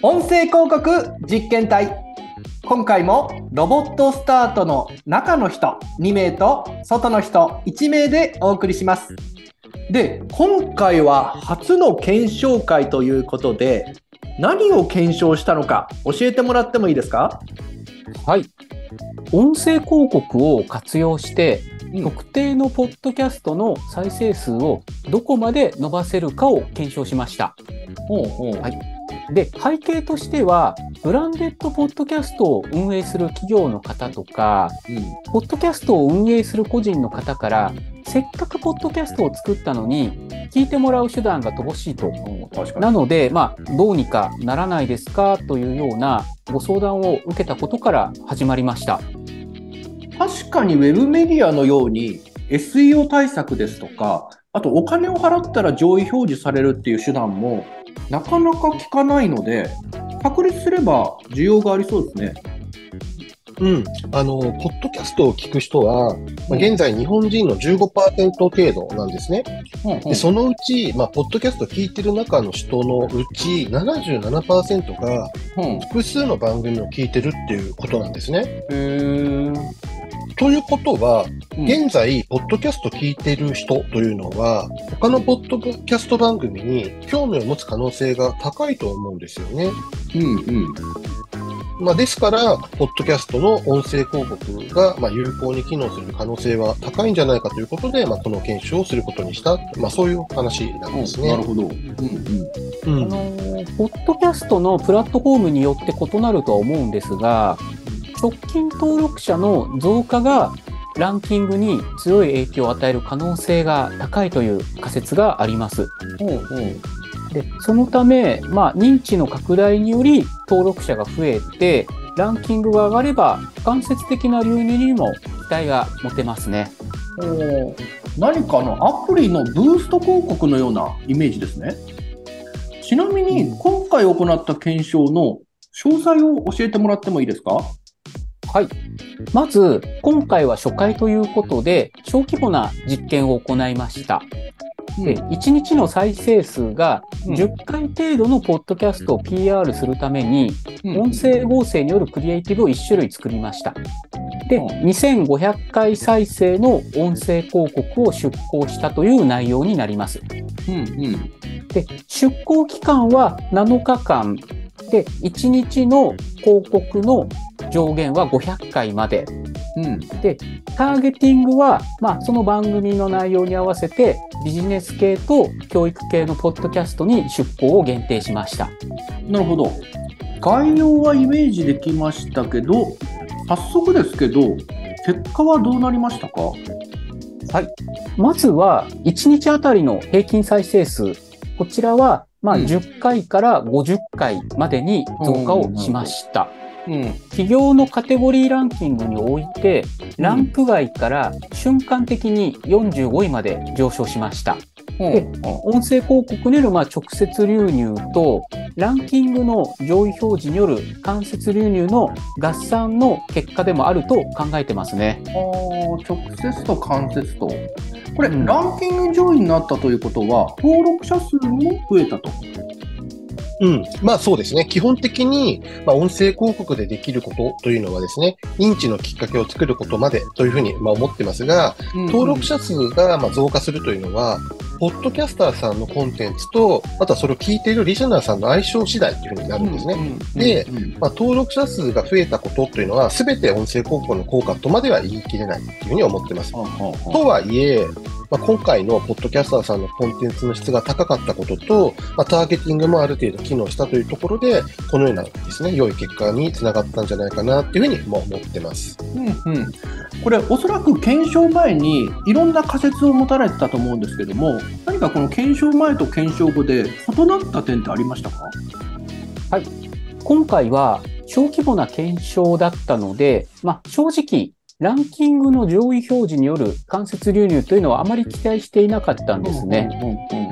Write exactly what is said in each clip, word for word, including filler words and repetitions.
音声広告実験隊。今回もロボットスタートの中の人にめいと外の人いちめいでお送りします。で、今回は初の検証会ということで、何を検証したのか教えてもらってもいいですか？ はい。音声広告を活用して、うん、特定のポッドキャストの再生数をどこまで伸ばせるかを検証しました。 ほうほう。 はい。で、背景としては、ブランデッドポッドキャストを運営する企業の方とか、うん、ポッドキャストを運営する個人の方から、せっかくポッドキャストを作ったのに、聞いてもらう手段が乏しいと。なので、まあ、どうにかならないですかというようなご相談を受けたことから始まりました。 確かにウェブメディアのように エスイーオー 対策ですとか、あとお金を払ったら上位表示されるっていう手段もなかなか効かないので、確立すれば需要がありそうですね。 うん。あの、ポッドキャストを聞く人は、まあ、現在日本人の じゅうごパーセント 程度なんですね。うんうん、でそのうち、まあ、ポッドキャストを聞いてる中の人のうち ななじゅうななパーセント が複数の番組を聞いてるっていうことなんですね。 へー。 ということは、現在、ポッドキャスト聞いてる人というのは、他のポッドキャスト番組に興味を持つ可能性が高いと思うんですよね。 うんうん。 まあ、ですから、ポッドキャストの音声広告が、まあ、有効に機能する可能性は高いんじゃないかということで、まあ、この検証をすることにした、まあ、そういう話なんですね。 なるほど。うんうん。あの、ポッドキャストのプラットフォームによって異なるとは思うんですが、直近登録者の増加がランキングに強い影響を与える可能性が高いという仮説があります。 うんうん。 で、そのため、まあ、認知の拡大により登録者が増えて、ランキングが上がれば、間接的な流入にも期待が持てますね。 お何かのアプリのブースト広告のようなイメージですね。ちなみに、今回行った検証の詳細を教えてもらってもいいですか？ はい。まず、今回は初回ということで、小規模な実験を行いました。で、いちにちの再生数がじゅっかい程度のポッドキャストを ピーアール するために、音声合成によるクリエイティブをいち種類作りました。で、にせんごひゃっかい再生の音声広告を出稿したという内容になります。 うんうん、 で、出稿期間はなのかかんで、いちにちの広告の上限はごひゃっかいまで。うん、で、ターゲティングは、まあ、その番組の内容に合わせてビジネス系と教育系のポッドキャストに出稿を限定しました。 なるほど。概要はイメージできましたけど、早速ですけど、結果はどうなりましたか？ はい。まずはいちにちあたりの平均再生数。こちらは、まあ、じゅっかいからごじゅっかいまでに増加をしました。うん、企業のカテゴリーランキングにおいて、ランク外から瞬間的によんじゅうごいまで上昇しました。うん、で、音声広告によるまあ直接流入と、ランキングの上位表示による間接流入の合算の結果でもあると考えてますね。 あ、直接と間接と。これ、うん、ランキング上位になったということは、登録者数も増えたと。 うん。まあそうですね。基本的に、まあ、音声広告でできることというのはですね、認知のきっかけを作ることまでというふうにまあ思ってますが、うんうん、登録者数がまあ増加するというのは、ポッドキャスターさんのコンテンツと、あとはそれを聞いているリスナーさんの相性次第というふうになるんですね。うんうんうんうん、で、まあ、登録者数が増えたことというのは、すべて音声広告の効果とまでは言い切れないというふうに思ってます。うんうんうん、とはいえ、まあ、今回のポッドキャスターさんのコンテンツの質が高かったことと、まあ、ターゲティングもある程度機能したというところで、このようなですね、良い結果につながったんじゃないかなというふうにも思ってます。 うんうん。これ、おそらく検証前にいろんな仮説を持たれてたと思うんですけども、何かこの検証前と検証後で異なった点ってありましたか？ はい。今回は小規模な検証だったので、まあ、正直、ランキングの上位表示による間接流入というのはあまり期待していなかったんですね。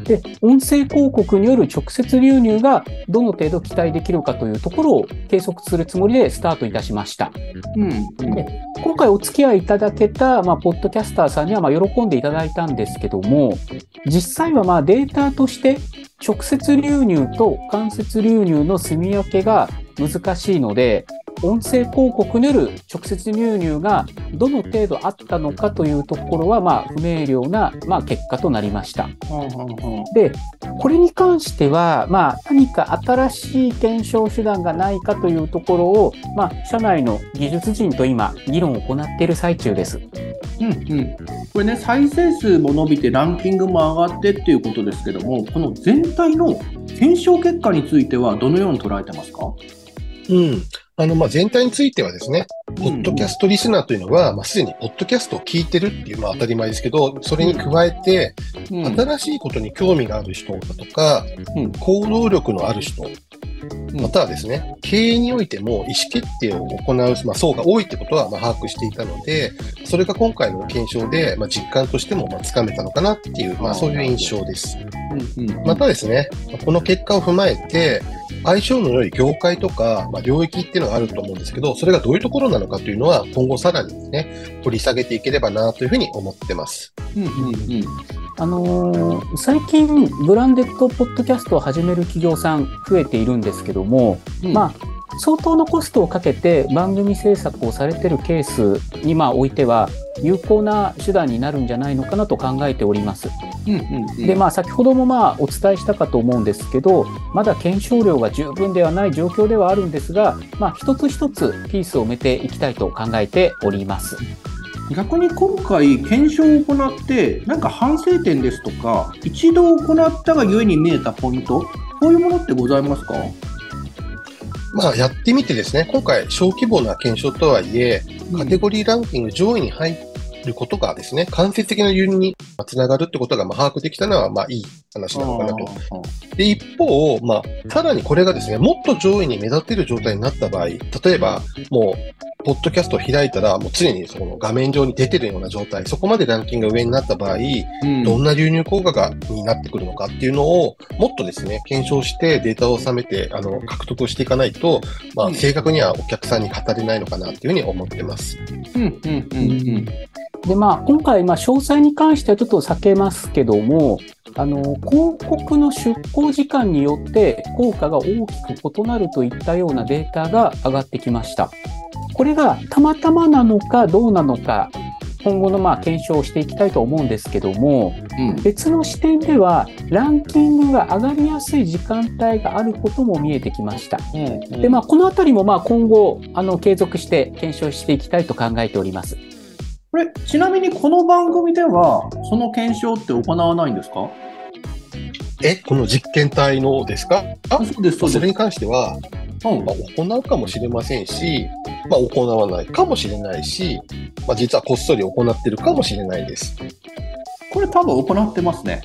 で、音声広告による直接流入がどの程度期待できるかというところを計測するつもりでスタートいたしました。うん、で今回お付き合いいただけた、まあ、ポッドキャスターさんにはまあ喜んでいただいたんですけども、実際はまあデータとして直接流入と間接流入の住み分けが難しいので、音声広告による直接流入がどの程度あったのかというところはまあ不明瞭なまあ結果となりました。で、これに関してはまあ何か新しい検証手段がないかというところをまあ社内の技術陣と今議論を行っている最中です。 うんうん、これね、再生数も伸びてランキングも上がってっていうことですけども、この全体の検証結果についてはどのように捉えてますか？ うん。あの、まあ、全体についてはですね、ポッドキャストリスナーというのは、まあ、すでにポッドキャストを聞いてるっていう、まあ、当たり前ですけど、それに加えて、うん、新しいことに興味がある人だとか、うん、行動力のある人、またはですね、経営においても意思決定を行う、まあ、層が多いってことはまあ把握していたので、それが今回の検証でまあ実感としてもまあつかめたのかなっていう、まあ、そういう印象です。うんうん、またですね、この結果を踏まえて、相性の良い業界とか、まあ、領域っていうのがあると思うんですけど、それがどういうところなのかというのは、今後さらにですね、掘り下げていければなというふうに思ってます。うんうんうん、 あのー、最近、ブランデッドポッドキャストを始める企業さん増えているんですけども、うん、まあ、相当のコストをかけて番組制作をされているケースにまあおいては有効な手段になるんじゃないのかなと考えております。うんうんうん、でまあ先ほどもまあお伝えしたかと思うんですけど、まだ検証量が十分ではない状況ではあるんですが、まあ一つ一つピースを埋めていきたいと考えております。 逆に今回検証を行って何か反省点ですとか、一度行ったがゆえに見えたポイント、こういうものってございますか？ まあ、やってみてですね、今回小規模な検証とはいえ、カテゴリーランキング上位に入ることがですね、間接的な理由につながるってことがまあ把握できたのはまあいい話なのかなと。で、一方、まあ、さらにこれがですね、もっと上位に目立てる状態になった場合、例えば、もう、ポッドキャストを開いたら、もう常にその画面上に出てるような状態、そこまでランキングが上になった場合、うん、どんな流入効果がになってくるのかっていうのを、もっとですね、検証してデータを収めて、あの、獲得をしていかないと、まあ、正確にはお客さんに語れないのかなっていうふうに思ってます。うん、うん、うん、うん。 で、まあ、今回、まあ、詳細に関してはちょっと避けますけども、あの、広告の出稿時間によって効果が大きく異なるといったようなデータが上がってきました。これがたまたまなのかどうなのか、今後のまあ検証をしていきたいと思うんですけども、うん、別の視点ではランキングが上がりやすい時間帯があることも見えてきました。うんうん、で、まあ、このあたりもまあ今後あの継続して検証していきたいと考えております。 これ、ちなみにこの番組ではその検証って行わないんですか？ え、この実験体のですか？あ、そうです、そうです。それに関しては、うんまあ、行うかもしれませんし、まあ、行わないかもしれないし、まあ、実はこっそり行ってるかもしれないです。 これ多分行ってますね。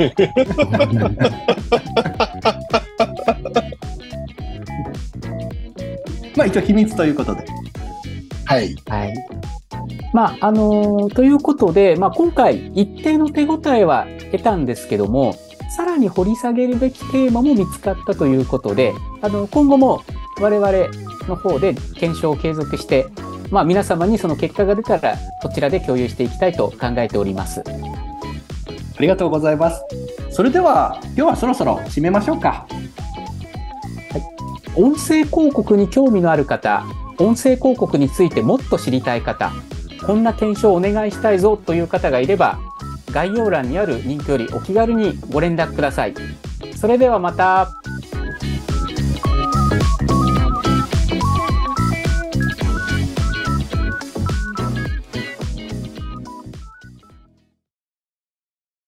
まあ一応秘密ということで。 はい。 はい。まあ、あのー、ということで、まあ、今回一定の手応えは得たんですけども、さらに掘り下げるべきテーマも見つかったということで、あの今後も我々の方で検証を継続して、まあ、皆様にその結果が出たらこちらで共有していきたいと考えております。 ありがとうございます。それでは今日はそろそろ締めましょうか。 はい、音声広告に興味のある方、音声広告についてもっと知りたい方、こんな検証をお願いしたいぞという方がいれば、概要欄にあるリンクよりお気軽にご連絡ください。それではまた。